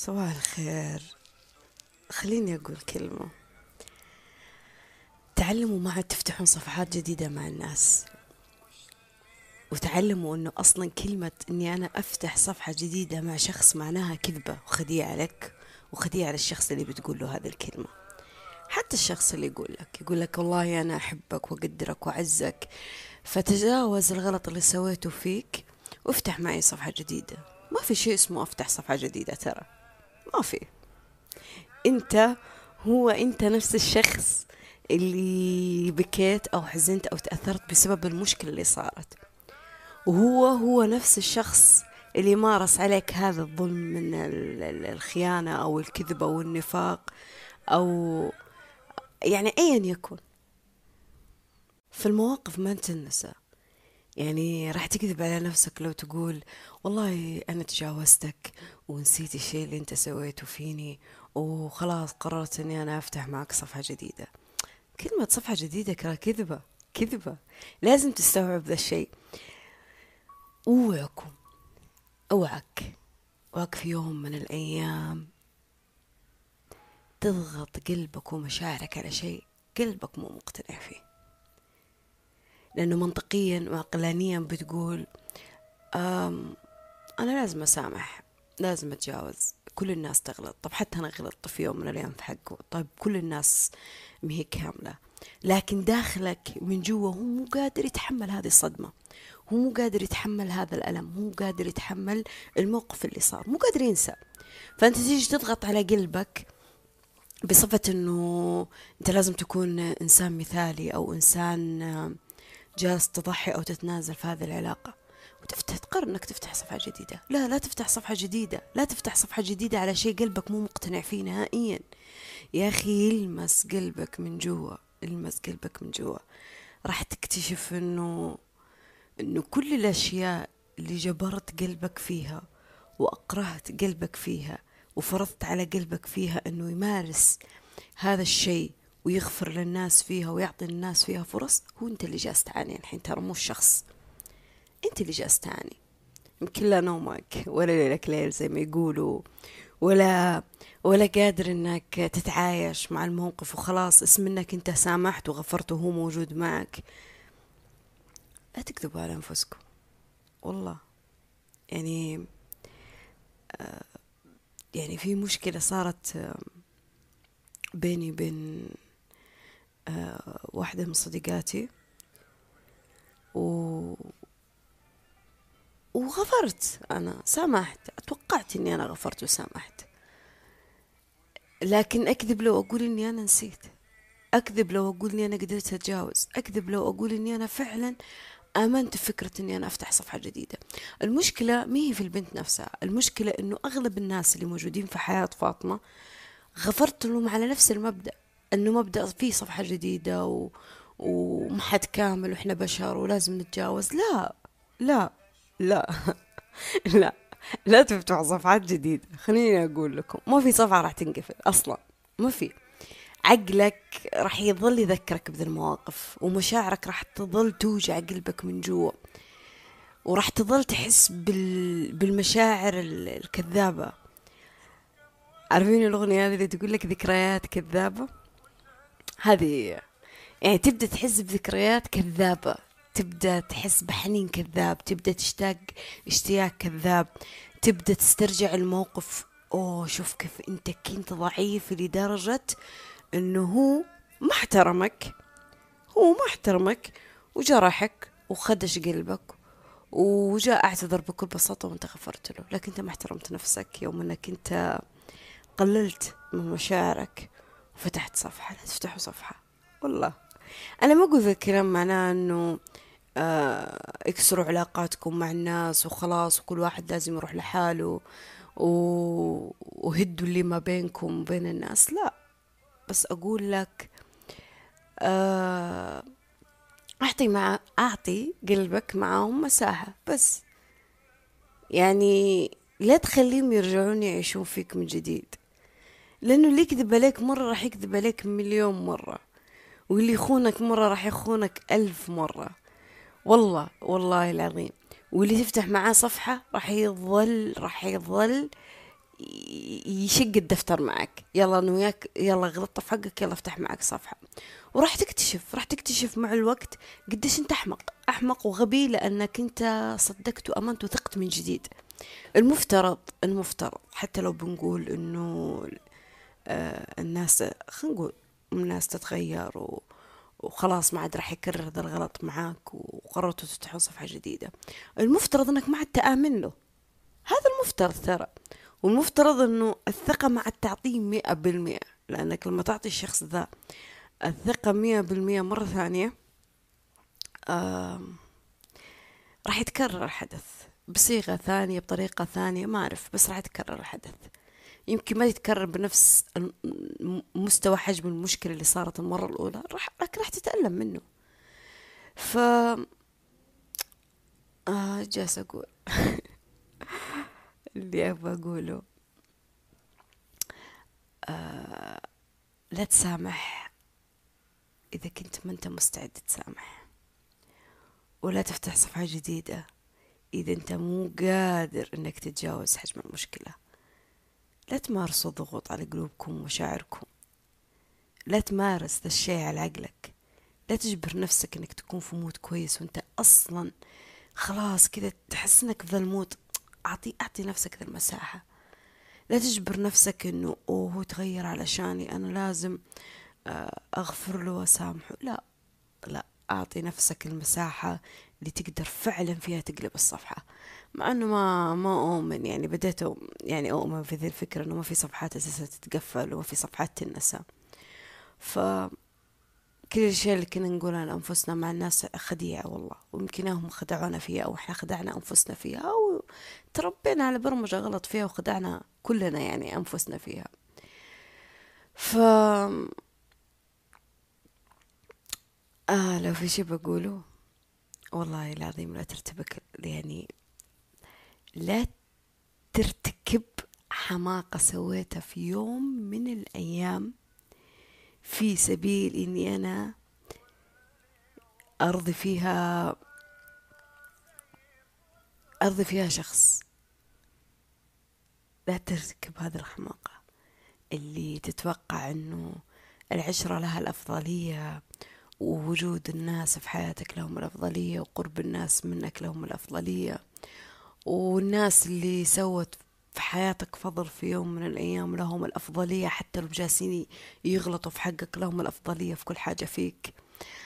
صباح الخير. خليني أقول كلمة. تعلموا ما عاد تفتحون صفحات جديدة مع الناس، وتعلموا أنه أصلا كلمة أني أنا أفتح صفحة جديدة مع شخص معناها كذبة وخديعة لك وخديعة للشخص اللي بتقول له هذه الكلمة. حتى الشخص اللي يقول لك والله أنا أحبك وأقدرك وأعزك، فتجاوز الغلط اللي سويته فيك وافتح معي صفحة جديدة. ما في شيء اسمه أفتح صفحة جديدة، ترى ما في. انت انت نفس الشخص اللي بكيت او حزنت او تأثرت بسبب المشكلة اللي صارت، وهو نفس الشخص اللي مارس عليك هذا الظلم من الخيانة او الكذب او النفاق، او يعني ايا يكن. في المواقف ما تنسى. يعني راح تكذب على نفسك لو تقول والله أنا تجاوزتك ونسيت الشيء اللي أنت سويته فيني، وخلاص قررت أني أنا أفتح معك صفحة جديدة. كلمة صفحة جديدة كذبة، كذبة. لازم تستوعب ذا الشيء. اوعكم، اوعك في يوم من الأيام تضغط قلبك ومشاعرك على شيء قلبك مو مقتنع فيه، لأنه منطقيا وعقلانيا بتقول أنا لازم أسامح، لازم أتجاوز. كل الناس تغلط، طب حتى أنا غلطت في يوم من الأيام في حقه، طيب كل الناس مهي كاملة. لكن داخلك من جوا هو مو قادر يتحمل هذه الصدمة، هو مو قادر يتحمل هذا الألم، مو قادر يتحمل الموقف اللي صار، مو قادر ينسى. فأنت تيجي تضغط على قلبك بصفة أنه أنت لازم تكون إنسان مثالي أو إنسان جالس تضحي أو تتنازل في هذه العلاقة، وتفتح تقرر أنك تفتح صفحة جديدة. لا تفتح صفحة جديدة، لا تفتح صفحة جديدة على شيء قلبك مو مقتنع فيه نهائيا. يا أخي يلمس قلبك من جوا، يلمس قلبك من جوا. راح تكتشف أنه كل الأشياء اللي جبرت قلبك فيها وأكرهت قلبك فيها وفرضت على قلبك فيها أنه يمارس هذا الشيء ويغفر للناس فيها ويعطي الناس فيها فرص، هو أنت اللي جالس تعاني الحين، ترى مو الشخص. أنت اللي جالس تعاني. يمكن لا نومك ولا ليلك ليل زي ما يقولوا، ولا ولا قادر انك تتعايش مع الموقف، وخلاص اسم انك انت سامحت وغفرت وهو موجود معك. لا تكذبوا على انفسكم والله. يعني يعني في مشكلة صارت بيني وبين واحدة من صديقاتي، و وغفرت، أنا سامحت، توقعت إني أنا غفرت وسامحت. لكن أكذب لو أقول إني أنا نسيت، أكذب لو أقول إني أنا قدرت أتجاوز، أكذب لو أقول إني أنا فعلا آمنت بفكرة إني أنا أفتح صفحة جديدة. المشكلة ما هي في البنت نفسها، المشكلة إنه أغلب الناس اللي موجودين في حياة فاطمة غفرت لهم على نفس المبدأ، إنه مبدأ في صفحة جديدة وما حد كامل وإحنا بشر ولازم نتجاوز. لا، لا، لا. لا، لا تفتحوا صفحات جديدة. خليني أقول لكم ما في صفحة راح تنقفل أصلا، ما في. عقلك راح يظل يذكرك بذي المواقف، ومشاعرك راح تظل توجع قلبك من جوا، وراح تظل تحس بالمشاعر الكذابة. عارفين الأغنية هذه اللي تقول لك ذكريات كذابة؟ هذه يعني تبدأ تحس بذكريات كذابة، تبدأ تحس بحنين كذاب، تبدأ تشتاق اشتياق كذاب، تبدأ تسترجع الموقف. اوه شوف كيف انت كنت ضعيف لدرجة انه ما احترمك، هو ما احترمك وجرحك وخدش قلبك وجاء اعتذر بكل بساطة وانت غفرت له، لكن انت ما احترمت نفسك يوم انك انت قللت من مشاعرك وفتحت صفحة. لا تفتحوا صفحة والله. انا ما اقول ذا الكلام معناه انه اكسروا علاقاتكم مع الناس وخلاص وكل واحد لازم يروح لحاله وهدوا اللي ما بينكم وبين الناس، لا. بس اقول لك آه اعطي قلبك معاهم مساحة بس. يعني لا تخليهم يرجعون يعيشون فيك من جديد، لانه اللي يكذب عليك مرة راح يكذب عليك مليون مرة، واللي يخونك مرة راح يخونك 1000 مرة. والله العظيم. واللي تفتح معاه صفحة راح يظل يشق الدفتر معك، يلا انا وياك، يلا غلطت في حقك، يلا افتح معك صفحة. راح تكتشف مع الوقت قديش انت احمق وغبي، لانك انت صدقت وامنت وثقت من جديد. المفترض حتى لو بنقول انه الناس، خلينا نقول الناس تتغير وخلاص ما عاد راح يكرر ذا الغلط معاك وقررتوا تفتحون صفحة جديدة، المفترض انك ما عاد تآمن له. هذا المفترض ترى. والمفترض انه الثقة مع التعطيه 100%، لانك لما تعطي الشخص ذا الثقة 100% مرة ثانية، آم، راح يتكرر الحدث بصيغة ثانية بطريقة ثانية، ما أعرف، بس راح يتكرر الحدث. يمكن ما يتكرر بنفس مستوى حجم المشكلة اللي صارت المرة الأولى، لكن راح تتألم منه. ف جالس أقول اللي أبغى أقوله. لا تسامح إذا كنت ما أنت مستعد تسامح، ولا تفتح صفحة جديدة إذا أنت مو قادر إنك تتجاوز حجم المشكلة. لا تمارسوا ضغوط على قلوبكم ومشاعركم، لا تمارس ذا الشيء على عقلك، لا تجبر نفسك إنك تكون في مود كويس وأنت أصلا خلاص كذا تحس إنك في ذا المود. أعطي نفسك ذا المساحة. لا تجبر نفسك إنه أوه هو تغير علشاني أنا لازم أغفر له وأسامحه. لا، لا، أعطي نفسك المساحة اللي تقدر فعلا فيها تقلب الصفحة. مع أنه ما أؤمن، يعني بديت يعني أؤمن في ذي الفكرة أنه ما في صفحات أساسا تتقفل وما في صفحات تنسى. فكل الأشياء اللي كنا نقولها لأنفسنا مع الناس خديعة والله، ويمكن هم خدعونا فيها أو إحنا خدعنا أنفسنا فيها، أو تربينا على برمجة غلط فيها وخدعنا كلنا يعني أنفسنا فيها. ف لو في شي بقوله، والله العظيم لا ترتبك، يعني لا ترتكب حماقة سويتها في يوم من الأيام في سبيل إني أنا أرضي فيها شخص. لا ترتكب هذه الحماقة اللي تتوقع إنه العشرة لها الأفضلية، ووجود الناس في حياتك لهم الأفضلية، وقرب الناس منك لهم الأفضلية، والناس اللي سوت في حياتك فضل في يوم من الأيام لهم الأفضلية، حتى لو جالسين يغلطوا في حقك لهم الأفضلية في كل حاجة فيك.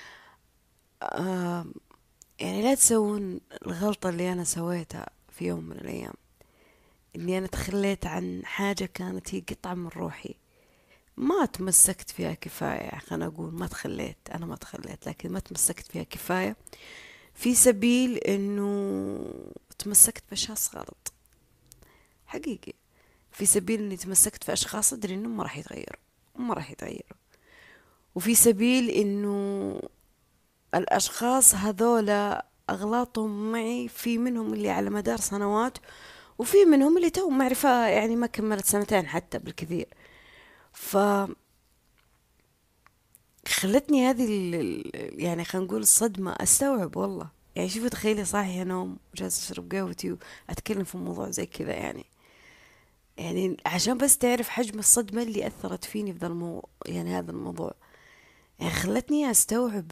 آه يعني لا تسوون الغلطة اللي أنا سويتها في يوم من الأيام، إني أنا تخليت عن حاجة كانت هي قطعة من روحي، ما تمسكت فيها كفاية. خلنا أقول أنا ما تخليت، لكن ما تمسكت فيها كفاية في سبيل إنه تمسكت بأشخاص غلط حقيقي، في سبيل إني تمسكت في أشخاص أدري إنهم ما راح يتغيروا، وفي سبيل إنه الأشخاص هذولا أغلاطهم معي، في منهم اللي على مدار سنوات، وفي منهم اللي تو معرفة يعني ما كملت سنتين حتى بالكثير. فخلتني هذه يعني خلينا نقول الصدمة أستوعب والله. يعني شوفوا تخيلي صاحية نوم وجالسة أشرب قهوتي وأتكلم في موضوع زي كذا، يعني عشان بس تعرف حجم الصدمة اللي أثرت فيني في يعني هذا الموضوع. يعني خلتني أستوعب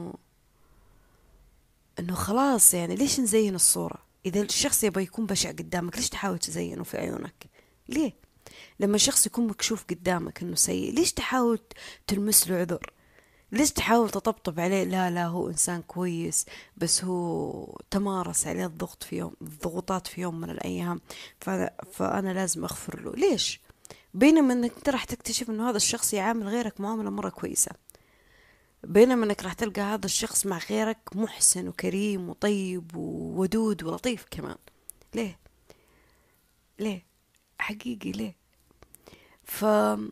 إنه خلاص، يعني ليش نزين الصورة؟ إذا الشخص يبغى يكون بشع قدامك ليش تحاول تزينه في عيونك؟ ليه؟ لما الشخص يكون مكشوف قدامك إنه سيء ليش تحاول تلمس له عذر؟ ليش تحاول تطبطب عليه؟ لا لا هو إنسان كويس، بس هو تمارس عليه الضغوطات في يوم من الأيام، فأنا لازم أغفر له. ليش؟ بينما انك انت راح تكتشف انه هذا الشخص يعامل غيرك معاملة مرة كويسة، بينما انك راح تلقى هذا الشخص مع غيرك محسن وكريم وطيب وودود ولطيف كمان. ليه؟ ليه؟ حقيقي ليه؟ ف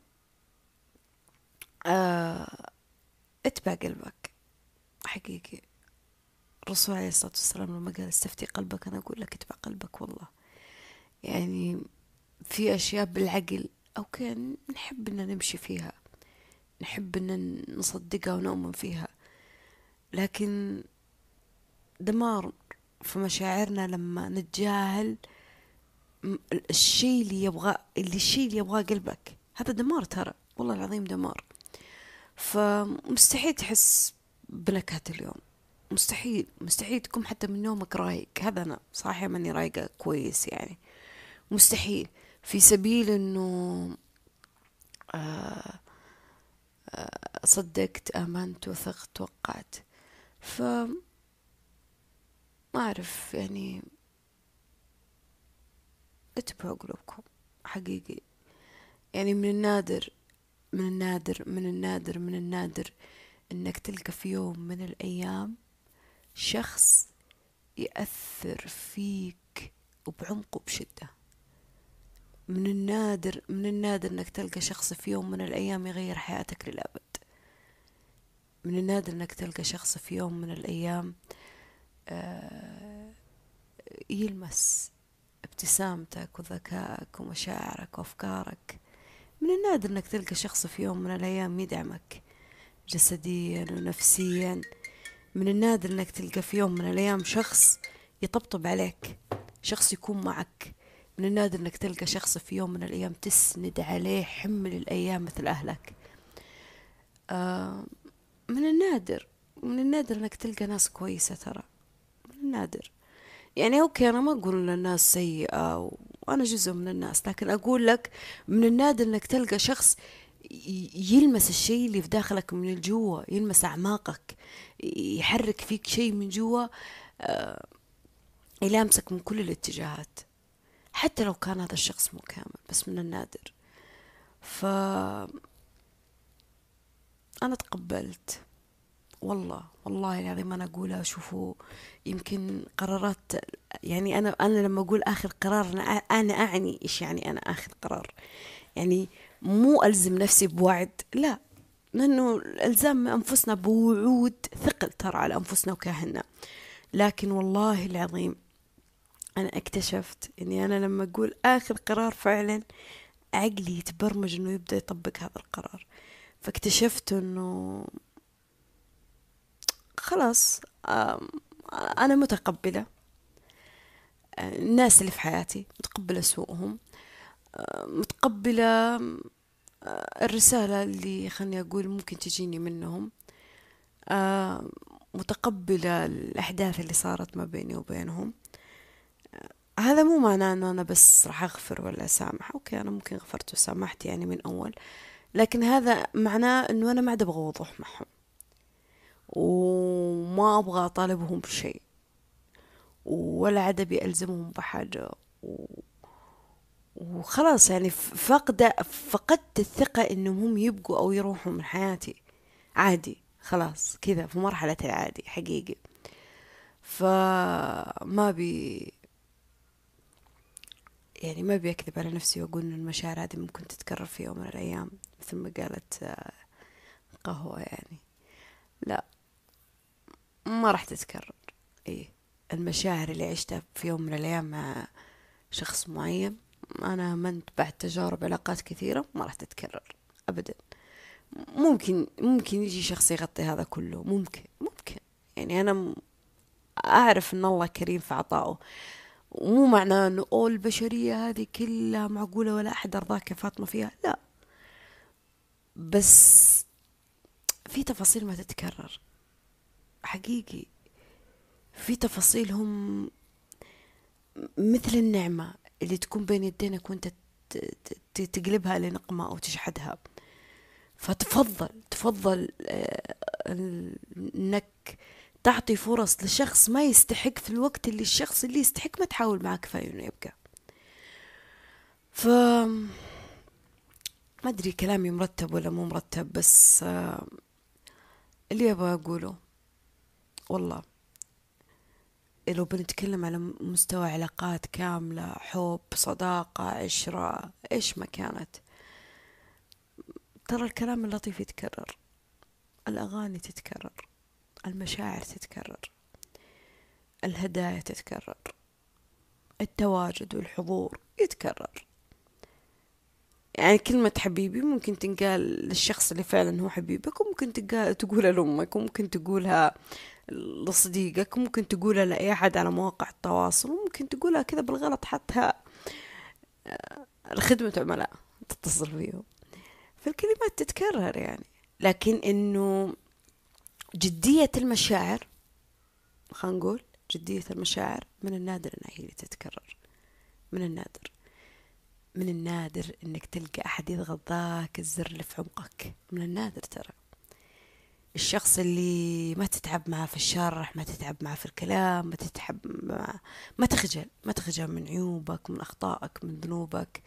آه... اتبع قلبك حقيقي. الرسول عليه الصلاة والسلام لما قال استفتي قلبك، أنا أقول لك اتبع قلبك والله. يعني في أشياء بالعقل أوكي نحب إن نمشي فيها، نحب إن نصدقها ونؤمن فيها، لكن دمار في مشاعرنا لما نتجاهل الشيء اللي يبغاه، الشيء اللي يبغاه قلبك، هذا دمار ترى، والله العظيم دمار. فمستحيل تحس بنكهة اليوم، مستحيل تقوم حتى من نومك رايق، هذا أنا صاحية ماني رايقة كويس يعني، مستحيل. في سبيل إنه صدقت، آمنت، وثقت، توقعت. فما أعرف يعني، اتبعوا قلوبكم حقيقي. يعني من النادر إنك تلقى في يوم من الأيام شخص يأثر فيك وبعمق وبشدة. من النادر إنك تلقى شخص في يوم من الأيام يغير حياتك للأبد. من النادر إنك تلقى شخص في يوم من الأيام يلمس ابتسامتك وذكائك ومشاعرك وأفكارك. من النادر إنك تلقى شخص في يوم من الأيام يدعمك جسديا ونفسيا. من النادر إنك تلقى في يوم من الأيام شخص يطبطب عليك، شخص يكون معك. من النادر إنك تلقى شخص في يوم من الأيام تسند عليه حمل الأيام مثل أهلك. آه من النادر إنك تلقى ناس كويسة ترى، من النادر. يعني أوكي، أنا ما أقول إن الناس سيئة وأنا جزء من الناس، لكن أقول لك من النادر إنك تلقى شخص يلمس الشيء اللي في داخلك من الجوا، يلمس أعماقك، يحرك فيك شيء من جوا، يلامسك من كل الاتجاهات، حتى لو كان هذا الشخص مو كامل، بس من النادر. فأنا تقبلت، والله العظيم أنا أقولها. شوفوا، يمكن قرارات، يعني أنا لما أقول آخر قرار، أنا أعني إيش يعني أنا آخر قرار. يعني مو ألزم نفسي بوعد، لا، لأنه الإلزام أنفسنا بوعود ثقل ترى على أنفسنا وكاهلنا. لكن والله العظيم أنا اكتشفت إني أنا لما أقول آخر قرار فعلا عقلي يتبرمج إنه يبدأ يطبق هذا القرار. فاكتشفت إنه خلاص، أنا متقبلة الناس اللي في حياتي، متقبلة سوءهم، متقبلة الرسالة اللي خلني أقول ممكن تجيني منهم، متقبلة الأحداث اللي صارت ما بيني وبينهم. هذا مو معناه أنه أنا بس راح أغفر ولا أسامح، أوكي أنا ممكن غفرت وسامحت يعني من أول، لكن هذا معناه أنه أنا ما عاد أبغى وضوح معهم، وما أبغى أطالبهم بشيء، ولا عاد أبي ألزمهم بحاجة، وخلاص يعني فقدت الثقة إنهم هم يبقوا أو يروحوا من حياتي عادي، خلاص كذا في مرحلة العادي حقيقي. فما بي يعني ما بي أكذب على نفسي وأقول إن المشاعر هذه ممكن تتكرر في يوم من الأيام مثل ما قالت قهوة يعني. لا، ما راح تتكرر. إيه، المشاعر اللي عشتها في يوم من الأيام مع شخص معين، أنا آمنت بعد تجارب علاقات كثيرة ما راح تتكرر أبدا. ممكن يجي شخص يغطي هذا كله، ممكن. يعني أنا أعرف إن الله كريم في عطائه، ومو معناه إنه البشرية هذه كلها معقولة ولا أحد أرضاك يا فاطمة فيها، لا، بس في تفاصيل ما تتكرر حقيقي. في تفاصيل هم مثل النعمة اللي تكون بين يدينك وانت تقلبها لنقمة أو تشحدها. تفضل انك تعطي فرص لشخص ما يستحق في الوقت اللي الشخص اللي يستحق ما تحاول معه كفاية انه يبقى. ف ما ادري كلامي مرتب ولا مو مرتب، بس اللي ابغى اقوله والله، لو بنتكلم على مستوى علاقات كاملة، حب، صداقة، عشرة، ايش ما كانت، ترى الكلام اللطيف يتكرر، الأغاني تتكرر، المشاعر تتكرر، الهدايا تتكرر، التواجد والحضور يتكرر. يعني كلمة حبيبي ممكن تنقال للشخص اللي فعلا هو حبيبك، وممكن تقولها لأمك، وممكن تقولها لصديقك، وممكن تقولها لأي أحد على مواقع التواصل، وممكن تقولها كذا بالغلط حتى خدمة عملاء تتصل فيهم، فالكلمات تتكرر يعني. لكن إنه جدية المشاعر، خلينا نقول جدية المشاعر من النادر إنها هي اللي تتكرر. من النادر، من النادر إنك تلقى أحد يضغط ذاك الزر اللي في عمقك، من النادر ترى. الشخص اللي ما تتعب معه في الشرح، ما تتعب معه في الكلام، ما تتعب معه، ما تخجل من عيوبك، من أخطائك، من ذنوبك،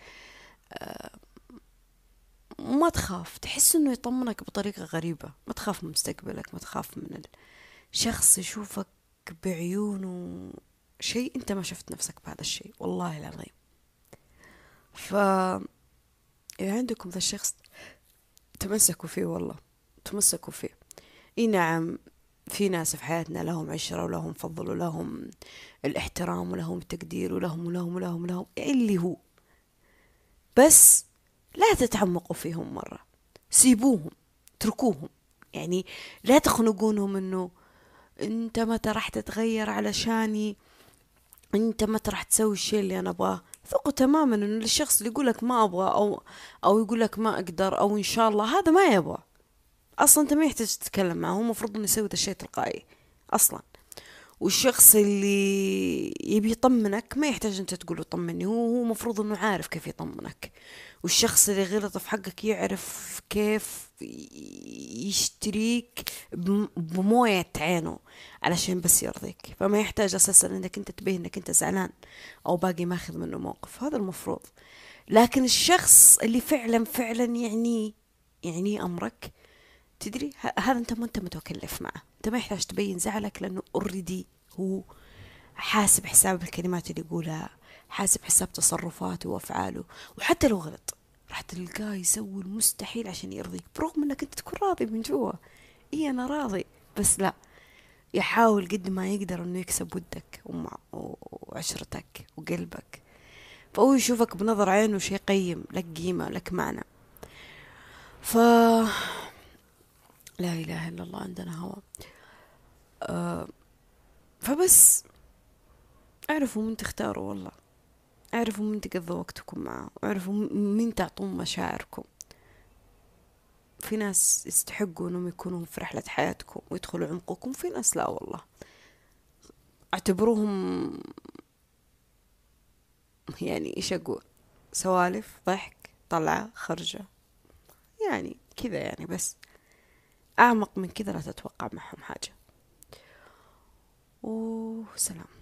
ما تخاف، تحس إنه يطمنك بطريقة غريبة. ما تخاف من مستقبلك، ما تخاف من الشخص يشوفك بعيونه شيء أنت ما شفت نفسك بهذا الشيء، والله العظيم. ف إذا عندكم ذا الشخص تمسكوا فيه، والله تمسكوا فيه. اي نعم، في ناس في حياتنا لهم عشرة ولهم فضل ولهم الاحترام ولهم التقدير ولهم اللي هو، بس لا تتعمقوا فيهم مرة، سيبوهم، تركوهم. يعني لا تخنقونهم انه انت متى راح تتغير علشاني، انت متى راح تسوي الشيء اللي انا ابغاه. ثقوا تماما انه الشخص اللي يقولك ما ابغى او يقولك ما اقدر او ان شاء الله، هذا ما يبغى اصلا. انت ما يحتاج تتكلم معه، هو المفروض انه يسوي ذا الشيء تلقائي اصلا. والشخص اللي يبي يطمنك ما يحتاج انت تقوله طمني، هو مفروض انه عارف كيف يطمنك. والشخص اللي غلط في حقك يعرف كيف يشتريك بموية عينه علشان بس يرضيك، فما يحتاج اساسا انك انت تبين انك انت زعلان او باقي ماخذ منه موقف، هذا المفروض. لكن الشخص اللي فعلا يعني امرك، تدري هذا انت ما انت متكلف معه، انت ما يحتاج تبين زعلك لانه اوريدي هو حاسب حساب الكلمات اللي يقولها، حاسب حساب تصرفاته وافعاله. وحتى لو غلط راح تلقاه يسوي المستحيل عشان يرضيك، برغم انك انت تكون راضي من جوا. اي انا راضي، بس لا، يحاول قد ما يقدر انه يكسب ودك وعشرتك وقلبك. فهو يشوفك بنظر عينه شيء قيم، لك قيمة، لك معنى. ف لا إله إلا الله، عندنا هوا. آه فبس اعرفوا من تختاروا، والله اعرفوا من تقضوا وقتكم معه، اعرفوا من تعطون مشاعركم. في ناس يستحقوا انهم يكونوا في رحلة حياتكم ويدخلوا عمقكم، في ناس لا والله. اعتبروهم يعني ايش اقول، سوالف ضحك طلعة خرجة، يعني كذا يعني. بس اعمق من كذا لا تتوقع معهم حاجة. وسلام.